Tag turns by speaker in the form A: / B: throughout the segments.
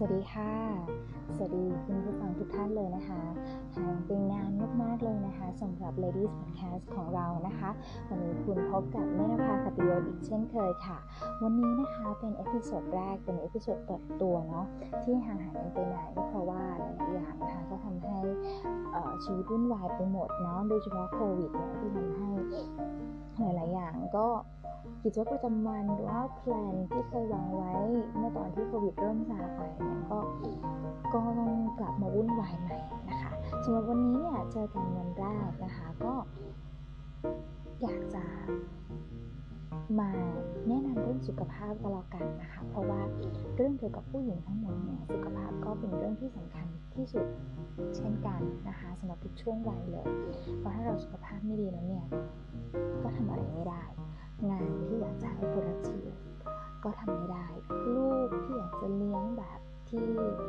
A: วัสดีค่ะสวัสดีคุณผู้ฟังทุกท่านเลยนะคะหายเป็นนานมากๆเลยนะคะสำหรับ Ladies Podcast ของเรานะคะวันนี้คุณพบกับแม่นภาคติยศอีกเช่นเคยค่ะวันนี้นะคะเป็นเอพิโซดแรกเป็นเอพิโซดเปิดตัวเนาะที่ห่างหายกันไปไหนก็เพราะว่าหลายๆอย่างนะคะก็ทำให้ชีวิตวุ่นวายไปหมดเนาะโดยเฉพาะโควิดเนี่ยที่ทำให้หลายๆอย่างก็กิจวัตรประจำวันหรือว่าแพลนที่เคยวางไว้เมื่อตอนที่โควิดเริ่มซาไปเนี่ยก็ต้องกลับมาวุ่นวายใหม่นะคะสำหรับวันนี้เนี่ยเจอกันวันแรกนะคะก็อยากจะมาแนะนำเรื่องสุขภาพก็แล้วกันนะคะเพราะว่าเรื่องเกี่ยวกับผู้หญิงทั้งหมดเนี่ยสุขภาพก็เป็นเรื่องที่สำคัญที่สุดเช่นกันนะคะสำหรับทุกช่วงวัยเลยเพราะถ้าเราสุขภาพไม่ดีแล้วเนี่ยก็ทำอะไรไม่ได้งานที่อยากจะให้ productive ก็ทำไม่ได้ลูกที่อยากจะเลี้ยงแบบที่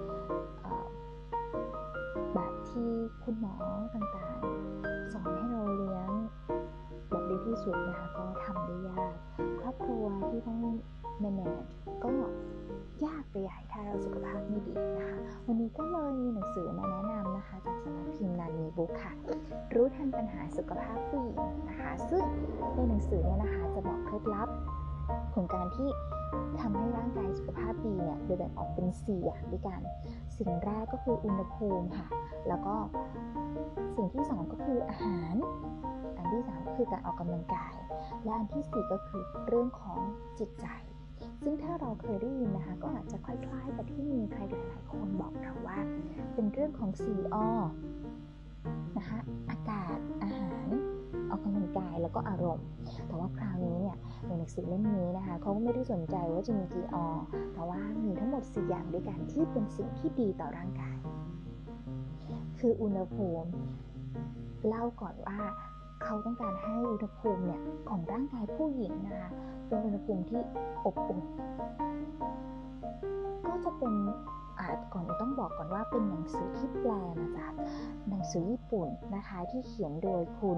A: คุณหมอต่างๆสอนให้เราเลี้ยงแบบดีที่สุดนะคะก็ทำได้ยากครอบครัวที่ต้อง manage ก็ยากไปใหญ่ถ้าเราสุขภาพไม่ดีนะคะวันนี้ก็เลยมีหนังสือมาแนะนำนะคะจากสำนักพิมพ์นันมีบุ๊กค่ะรู้ทันปัญหาสุขภาพผู้หญิงนะคะซึ่งในหนังสือเนี่ยนะคะจะบอกเคล็ดลับของการที่ทำให้ร่างกายสุขภาพดีเนี่ยโดยแบ่งออกเป็น4อย่างด้วยกันสิ่งแรกก็คืออุณหภูมิค่ะแล้วก็สิ่งที่2ก็คืออาหารอันที่3ก็คือการออกกำลังกายและอันที่4ก็คือเรื่องของจิตใจซึ่งถ้าเราเคยได้ยินนะคะก็อาจจะคล้ายๆกับที่มีใครหลายๆคนบอกเราว่าเป็นเรื่องของ4 อนะคะอากาศอาหารออกกำลังกายแล้วก็อารมณ์แต่ว่าคราวนี้เนี่ยในหนังสือเล่มนี้นะคะเขาก็ไม่ได้สนใจว่าจะมีกี่แต่ว่ามีทั้งหมด4อย่างด้วยกันที่เป็นสิ่งที่ดีต่อร่างกายคืออุณหภูมิเล่าก่อนว่าเขาต้องการให้อุณหภูมิเนี่ยของร่างกายผู้หญิงนะคะเป็นอุณหภูมิที่อบอุ่นก็จะเป็นก่อนต้องบอกก่อนว่าเป็นหนังสือที่แปลมาจากหนังสือญี่ปุ่นนะคะที่เขียนโดยคุณ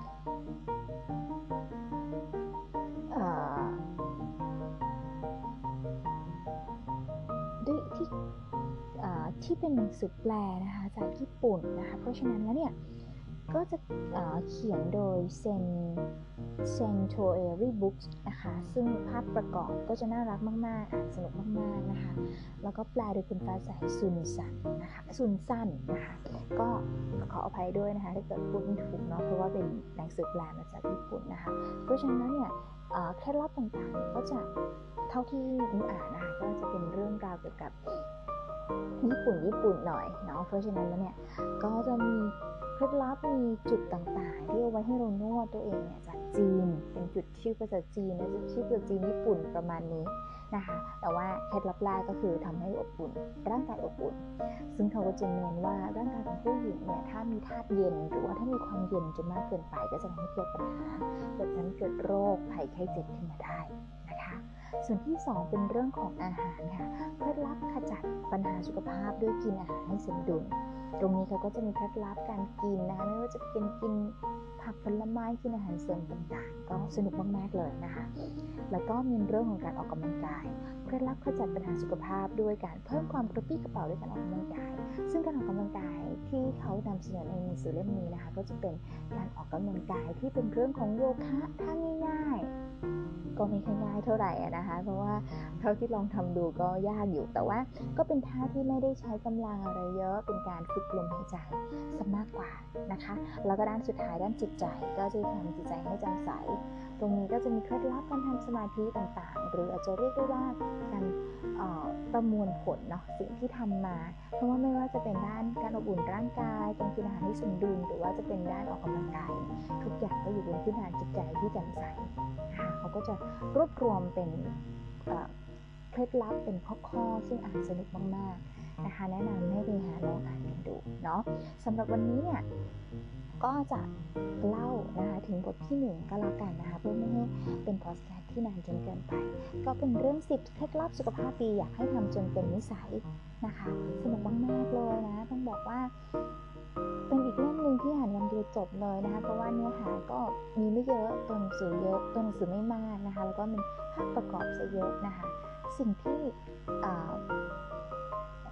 A: ที่เป็นหนังสือแปลนะคะจากญี่ปุ่นนะคะเพราะฉะนั้นแล้วเนี่ยก็จะเขียนโดยเซนโทเอริบุ๊กนะคะซึ่งภาพประกอบก็จะน่ารักมากๆอ่านสนุกมากๆนะคะแล้วก็แปลโดยคุณฟ้าใสซุนซันนะคะนะคะก็ขออภัยด้วยนะคะถ้าเกิดพูดไม่ถูกเนาะเพราะว่าเป็นหนังสือแปลมาจากญี่ปุ่นนะคะเพราะฉะนั้นเนี่ยเคล็ดลับต่างๆก็จะเท่าที่อ่านนะคะก็จะเป็นเรื่องราวเกี่ยวกับญี่ปุ่นหน่อยเนาะเพราะฉะนั้นแล้วเนี่ยก็จะมีเคล็ดลับมีจุดต่างๆที่เอาไว้ให้เรานวดตัวเองเนี่ยจากจีนเป็นจุดชื่อภาษาจีนและชื่อภาษาจีนญี่ปุ่นประมาณนี้นะคะแต่ว่าเคล็ดลับแรกก็คือทำให้อบอุ่นร่างกายอบอุ่นซึ่งเขาก็จะเน้นว่าร่างกายของผู้หญิงเนี่ยถ้ามีธาตุเย็นหรือว่าถ้ามีความเย็นจนมากเกินไปก็จะทำให้เกิดปัญหาเกิดโรคภัยไข้เจ็บขึ้นมาได้นะคะส่วนที่2เป็นเรื่องของอาหารค่ะเคล็ดลับขจัดปัญหาสุขภาพด้วยกินอาหารให้สมดุลตรงนี้เขาก็จะมีเคล็ดลับการกินนะคะไม่ว่าจะเป็นกินผักผลไม้กินอาหารเสริมต่างๆก็สนุกมากๆเลยนะคะแล้วก็มีเรื่องของการออกกำลังกายเคล็ดลับขจัดปัญหาสุขภาพด้วยการเพิ่มความกระปรี้กระเป๋าด้วยการออกกำลังกายซึ่งการออกกำลังกายที่เขานำเสนอในหนังสือเล่มนี้นะคะก็จะเป็นการออกกำลังกายที่เป็นเรื่องของโยคะท่าง่ายๆก็ไม่ค่อยง่ายเท่าไหร่นะคะเพราะว่าเท่าที่ลองทำดูก็ยากอยู่แต่ว่าก็เป็นท่าที่ไม่ได้ใช้กำลังอะไรเยอะเป็นการฝึกลมหายใจซะมากกว่านะคะแล้วก็ด้านสุดท้ายด้านจิตใจก็จะทำจิตใจให้แจ่มใสตรงนี้ก็จะมีเคล็ดลับการทำสมาธิต่างๆหรืออาจจะเรียกได้ว่าการประมวลผลเนาะสิ่งที่ทำมาเพราะว่าไม่ว่าจะเป็นด้านการอบอุ่นร่างกายการกินอาหารให้สมดุลหรือว่าจะเป็นด้านออกกำลังกายทุกอย่างก็อยู่บนพื้นฐานจิตใจที่แจ่มใสนะคะเขาก็จะรวบรวมเป็นเคล็ดลับเป็นข้อซึ่งอ่านสนุกมากๆนะคะแนะนำให้ไปหาลองอ่านกันดูเนาะสำหรับวันนี้เนี่ยก็จะเล่านะคะถึงบทที่1ก็แล้วกันนะคะเพื่อไม่ให้เป็นพอดแคสต์ที่นานจนเกินไปก็เป็นเรื่อง10เคล็ดลับสุขภาพดีอยากให้ทำจนเป็นนิสัยนะคะสนุกมากๆเลยนะต้องบอกว่าเป็นอีกเล่มนึงที่อ่านวันเดียวจบเลยนะคะเพราะว่าเนื้อหาก็มีไม่เยอะตัวหนังสือเยอะตัวหนังสือไม่มากนะคะแล้วก็เป็นภาพประกอบซะเยอะนะคะสิ่งที่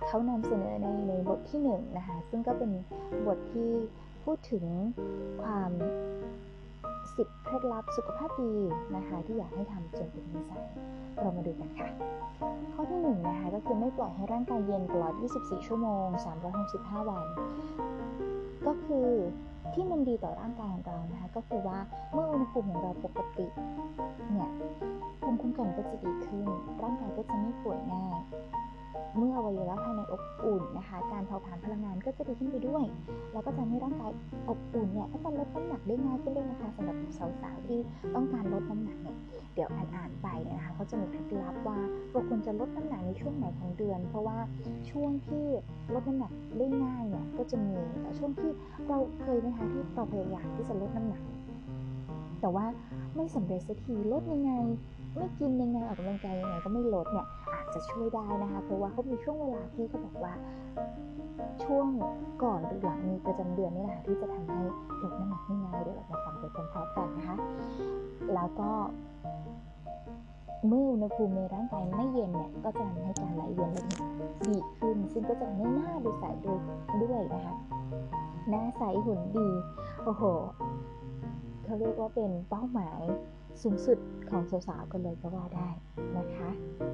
A: เขานำเสนอในบทที่1นะคะซึ่งก็เป็นบทที่พูดถึงความ10เคล็ดลับสุขภาพดีนะคะที่อยากให้ทำจนเป็นนิสัยเรามาดูกันค่ะข้อที่1นะคะก็คือไม่ปล่อยให้ร่างกายเย็นตลอด24 ชั่วโมง365 วันก็คือที่มันดีต่อร่างกายของเรานะคะก็คือว่าเมื่ออุณหภูมิของเราปกติเนี่ยภูมิคุ้มกันก็จะดีขึ้นร่างกายก็จะไม่ป่วยง่ายเมื่ออวัยวะภายในอบอุ่นนะคะการเผาผลาญพลังงานก็จะดีขึ้นไปด้วยแล้วก็ทำให้ร่างกายอบอุ่นเนี่ยก็จะลดน้ำหนักได้ง่ายขึ้นด้วยนะคะสำหรับสาวๆที่ต้องการลดน้ำหนักเนี่ยเดี๋ยวอ่านไปเนี่ยนะคะเขาจะมีเคล็ดลับว่าเราควรจะลดน้ำหนักในช่วงไหนของเดือนเพราะว่าช่วงที่ลดน้ำหนักได้ง่ายเนี่ยก็จะมีแต่ช่วงที่เราเคยนะคะที่เราพยายามที่จะลดน้ำหนักแต่ว่าไม่สำเร็จสักทีลดยังไงไม่กินยังไงออกกำลังกายยังไงก็ไม่ลดเนี่ยอาจจะช่วยได้นะคะเพราะว่าเขามีช่วงเวลาที่เขาบอกว่าช่วงก่อนหรือหลังมีประจำเดือนนี่แหละที่จะทำให้ลดน้ำหนักง่ายๆเดี๋ยวเรามาฟังไปพร้อมๆกันนะคะแล้วก็เมื่ออุณหภูมิในร่างกายไม่เย็นเนี่ยก็จะทำให้การไหลเวียนโลหิตดีขึ้นซึ่งก็จะทำให้หน้าดูใสด้วยนะคะหน้าใสหุ่นดีโอ้โหเขาเรียกว่าเป็นเป้าหมายสูงสุดของสาวๆกันเลยก็ว่าได้นะคะ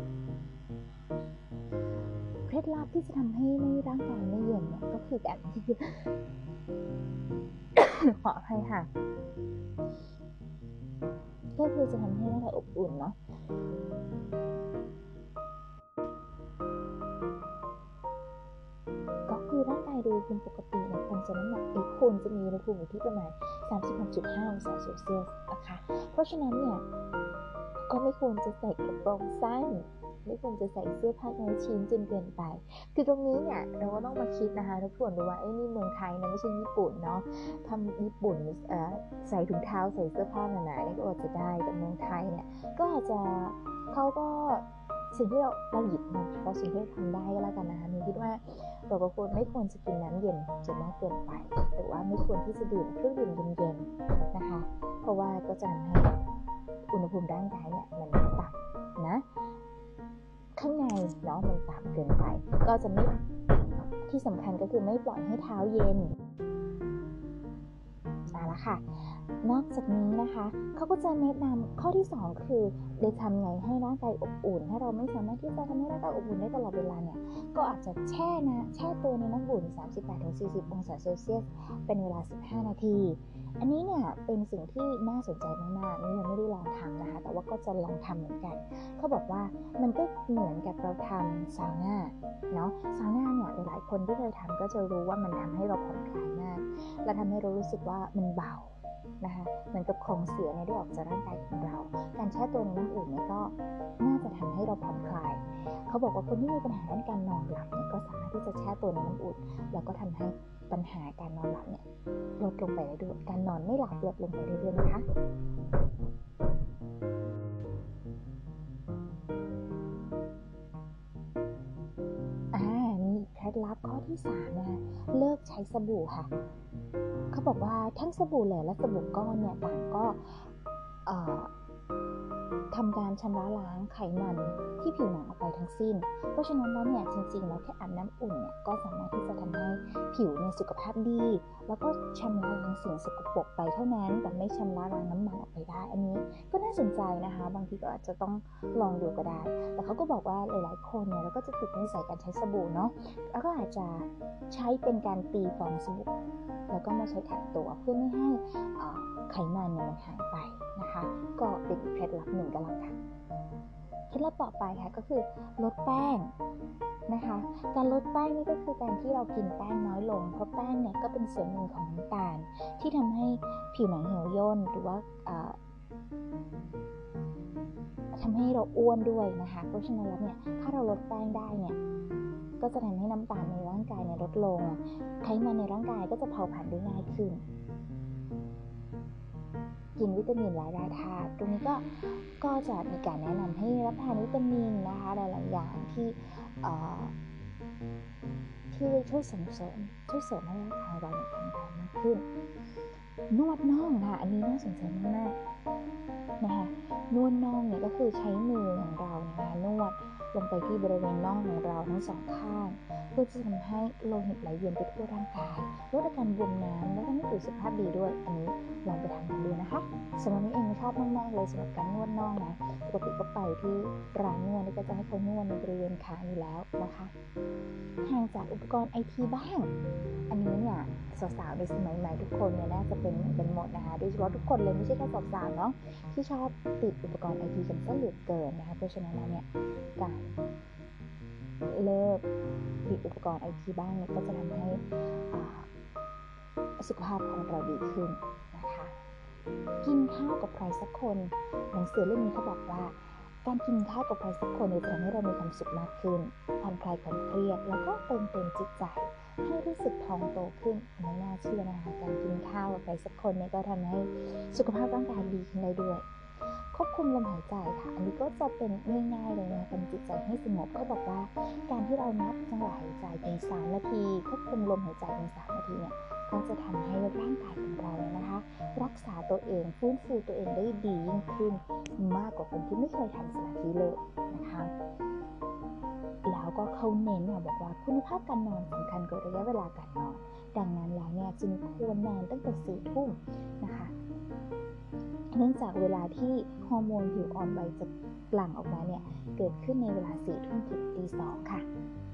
A: เคล็ดลับที่จะทำให้ร่างกายไม่เย็นเนี่ยก็คือการที่ ขออภัยค่ะก็คือจะทำให้ร่างกายอบอุ่นเนาะก็คือร่างกายโดยภูมิปกติเนี่ยควรจะน้ำหนักควรจะมีอุณหภูมิอยู่ที่ประมาณ 36.5 องศาเซลเซียสนะคะเพราะฉะนั้นเนี่ยก็ไม่ควรจะใส่กระโปรงสั้นไม่ควรจะใส่เสื้อผ้าน้อยชิ้นจนเกินไปคือตรงนี้เนี่ยเราก็ต้องมาคิดนะคะทบทวนดูว่านี่เมืองไทยนะไม่ใช่ญี่ปุ่นเนาะทำญี่ปุ่นใส่ถุงเท้าใส่เสื้อผ้าหนาๆนี่ก็อาจจะได้แต่เมืองไทยเนี่ยก็อาจจะเขาก็สิ่งที่เราหยิบมาเฉพาะสิ่งที่เราทำได้ก็แล้วกันนะคะนี่คิดว่าเราก็ควรไม่ควรจะกินน้ำเย็นจนมากเกินไปหรือว่าไม่ควรที่จะดื่มเครื่องดื่มเย็นๆนะคะเพราะว่าก็จะทำให้อุณหภูมิร่างกายเนี่ยมันต่ำนะข้างในเนาะมันต่ำเกินไปก็จะไม่ที่สำคัญก็คือไม่ปล่อยให้เท้าเย็นละค่ะนอกจากนี้นะคะเขาก็จะแนะนำข้อที่2คือเดี๋ยวทำไงให้ร่างกายอบอุ่นถ้าเราไม่สามารถที่จะทำให้ร่างกายอบอุ่นได้ตลอดเวลาเนี่ยก็อาจจะแช่ตัวในน้ำอุ่น 38-40 องศาเซลเซียสเป็นเวลา15 นาทีอันนี้เนี่ยเป็นสิ่งที่น่าสนใจมากๆนี่ยังไม่ได้ลองทำนะคะแต่ว่าก็จะลองทำเหมือนกันเขาบอกว่ามันก็เหมือนกับเราทำซาวน่าเนาะซาวน่าเนี่ยหลายๆคนที่เคยทำก็จะรู้ว่ามันทำให้เราผ่อนคลายมากและทำให้เรารู้สึกว่ามันเบานะคะเหมือนกับของเสียเนี่ยได้ออกจากร่างกายของเราการแช่ตัวในน้ำอุ่นเนี่ยก็น่าจะทำให้เราผ่อนคลายเขาบอกว่าคนที่มีปัญหาด้านการนอนหลับเนี่ยก็สามารถที่จะแช่ตัวในน้ำอุ่นแล้วก็ทำให้ปัญหาการนอนหลับเนี่ยลดลงไปเรื่อยๆการนอนไม่หลับลดลงไปเรื่อยๆนะคะมีเคล็ดลับข้อที่3นะคะเลิกใช้สบู่ค่ะเขาบอกว่าทั้งสบู่เหลวและสบู่ก้อนเนี่ยต่างก็ทำการชำระล้างไขมันที่ผิวหนังออกไปทั้งสิ้นเพราะฉะนั้นแล้วเนี่ยจริงๆแล้วแค่อาบน้ำอุ่นเนี่ยก็สามารถที่จะทำให้ผิวเนี่ยสุขภาพดีแล้วก็ชำระล้างสิ่งสกปรกไปเท่านั้นแต่ไม่ชำระล้างน้ำมันออกไปได้อันนี้ก็น่าสนใจนะคะบางทีก็อาจจะต้องลองดูก็ได้แต่เขาก็บอกว่าหลายๆคนเนี่ยเราก็จะติดนิสัยการใช้สบู่เนาะแล้วก็อาจจะใช้เป็นการตีฟองสบู่แล้วก็มาใช้ขัดตัวเพื่อไม่ให้ไขมันเนี่ยมันหายไปนะคะก็เป็นเคล็ดลับหนึ่งก็แล้วกันเคล็ดลับต่อไปค่ะก็คือลดแป้งนะคะการลดแป้งนี่ก็คือการที่เรากินแป้งน้อยลงเพราะแป้งเนี่ยก็เป็นส่วนหนึ่งของน้ำตาลที่ทำให้ผิวหนังเหี่ยวย่นหรือว่าทำให้เราอ้วนด้วยนะคะเพราะฉะนั้นแล้วเนี่ยถ้าเราลดแป้งได้เนี่ยก็จะทำให้น้ำตาลในร่างกายเนี่ยลดลงไขมันในร่างกายก็จะเผาผลาญได้ง่ายขึ้นกินวิตามินหลายธาตุตรงนี้ก็จะมีการแนะนำให้รับประทานวิตามินนะคะหลายๆอย่างที่ช่วยเสริมให้ร่างกายเราแข็งแรงมากขึ้นนวดน่องค่ะอันนี้น่าสนใจมากๆนะคะนวดน่องเนี่ยก็คือใช้มือของเรานะคะนวดลงไปที่บริเวณน่องของเราทั้งสองข้างเพื่อจะทำให้โลหิตไหลเวียนไปทั่วร่างกายลดอาการบวมน้ำและทำให้ผิวสุขภาพดีด้วยอันนี้ลองไปทำกันดูนะคะสำหรับนี้เองชอบมากๆเลยสำหรับการนวดน่องนะปกติก็ไปที่ร้านนวดนี่ก็จะให้เขานวดในบริเวณขาอยู่แล้วนะคะห่างจากอุปกรณ์ไอทีบ้างอันนี้เนี่ยสาวๆในสมัยใหม่ทุกคนเนี่ยน่าจะเป็นเหมือนกันหมดนะคะโดยเฉพาะทุกคนเลยไม่ใช่แค่สาวๆเนาะที่ชอบติดอุปกรณ์ไอทีกันซะเหลือเกินนะคะเพราะฉะนั้นแล้วเนี่ยการเลิกติดอุปกรณ์ไอทีบ้างเนี่ยก็จะทำให้สุขภาพของเราดีขึ้นนะคะกินข้าวกับใครสักคนหนังสือเล่มนี้เขาบอกว่าการกินข้าวกับใครสักคนจะทำให้เรามีความสุขมากขึ้นผ่อนคลายความเครียดแล้วก็เติมเต็มจิตใจให้รู้สึกท้องโตขึ้นไม่น่าเชื่อนะคะการกินข้าวกับใครสักคนเนี่ยก็ทำให้สุขภาพร่างกายดีขึ้นได้ด้วยควบคุมลมหายใจค่ะอันนี้ก็จะเป็นง่ายๆเลยนะทำจิตใจให้สงบเขาบอกว่าการที่เรานับจังหวะหายใจเป็น3 นาทีควบคุมลมหายใจเป็น3 นาทีเนี่ยก็จะทำให้ร่างกายของเราเนี่ยนะคะรักษาตัวเองฟื้นฟูตัวเองได้ดียิ่งขึ้นมากกว่าคนที่ไม่เคยทำสมาธิเลยนะคะแล้วก็เขาเน้นบอกว่าคุณภาพการนอนสำคัญกว่าระยะเวลาการนอนดังนั้นแล้วเนี่ยจึงควรนอนตั้งแต่4 ทุ่มนะคะเนื่องจากเวลาที่ฮอร์โมนผิวอ่อนวัยจะหลั่งออกมาเนี่ยเกิดขึ้นในเวลา4 ทุ่มถึงตี 2ค่ะ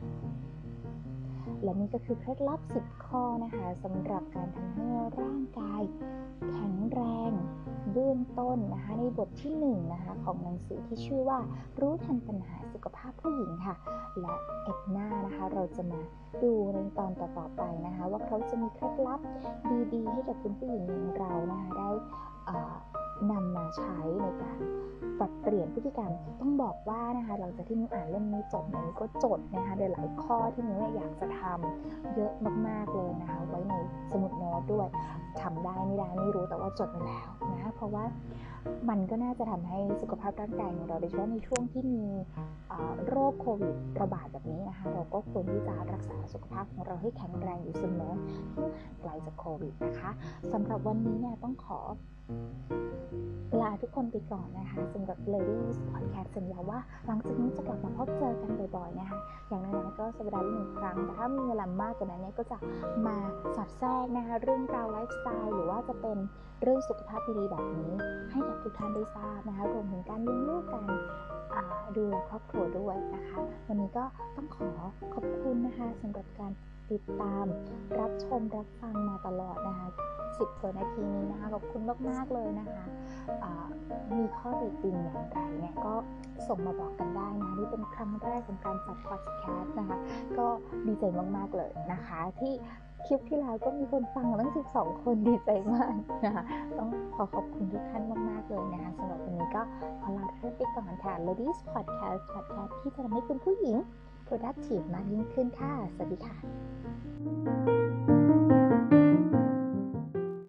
A: และนี่ก็คือเคล็ดลับ10 ข้อนะคะสำหรับการทำให้ร่างกายแข็งแรงเบื้องต้นนะคะในบทที่1นะคะของหนังสือที่ชื่อว่ารู้ทันปัญหาสุขภาพผู้หญิงค่ะและเอ็ดหน้านะคะเราจะมาดูในตอนต่อๆไปนะคะว่าเขาจะมีเคล็ดลับดีๆให้กับคุณผู้หญิงอย่างเรานะคะได้นำมาใช้ในการปรับเปลี่ยนพฤติกรรมต้องบอกว่านะคะหลังจากที่มิ้วอ่านเล่มนี้จบมิ้วก็จดนะคะหลายข้อที่มิ้วอยากจะทำเยอะมากๆเลยนะคะไว้ในสมุดโน้ตด้วยทำได้ไม่ได้ไม่รู้แต่ว่าจดไว้แล้วนะเพราะว่ามันก็น่าจะทำให้สุขภาพร่างกายของเราโดยเฉพาะในช่วงที่มีโรคโควิดระบาดแบบนี้นะคะเราก็ควรที่จะรักษาสุขภาพของเราให้แข็งแรงอยู่เสมอเพื่อห่างไกลจากโควิดนะคะสำหรับวันนี้เนี่ยต้องขอลาทุกคนไปก่อนนะคะสำหรับ Ladies Podcast สัญญาว่าหลังจากนี้จะกลับมาพบเจอกันบ่อยๆนะคะอย่างน้อยๆก็สัปดาห์ละ1 ครั้งแต่ถ้ามีเวลามากกว่านั้นเนี่ยก็จะมาสอดแทรกนะคะเรื่องราวไลฟ์สไตล์หรือว่าจะเป็นเรื่องสุขภาพดีๆแบบนี้ให้กับทุกท่านได้ทราบนะคะรวมถึงการเลี้ยงลูกการดูแลครอบครัวด้วยนะคะวันนี้ก็ต้องขอบคุณนะคะสำหรับการติดตามรับชมรับฟังมาตลอดนะคะ10 กว่านาทีนี้นะคะขอบคุณมากๆเลยนะคะมีข้อติติงอย่างไรเนี่ยก็ส่งมาบอกกันได้นะนี่เป็นครั้งแรกของการจัดพอดแคสต์นะคะก็ดีใจมากๆเลยนะคะที่คลิปที่แล้วก็มีคนฟังตั้ง12 คนดีใจมากนะคะต้องขอบคุณทุกท่านมากๆเลยนะคะสำหรับวันนี้ก็ขอลาทุกท่านไปก่อนค่ะ Ladies Podcast ที่จะทำให้คุณผู้หญิง productive มากยิ่งขึ้นค่ะสวัสดีค่ะ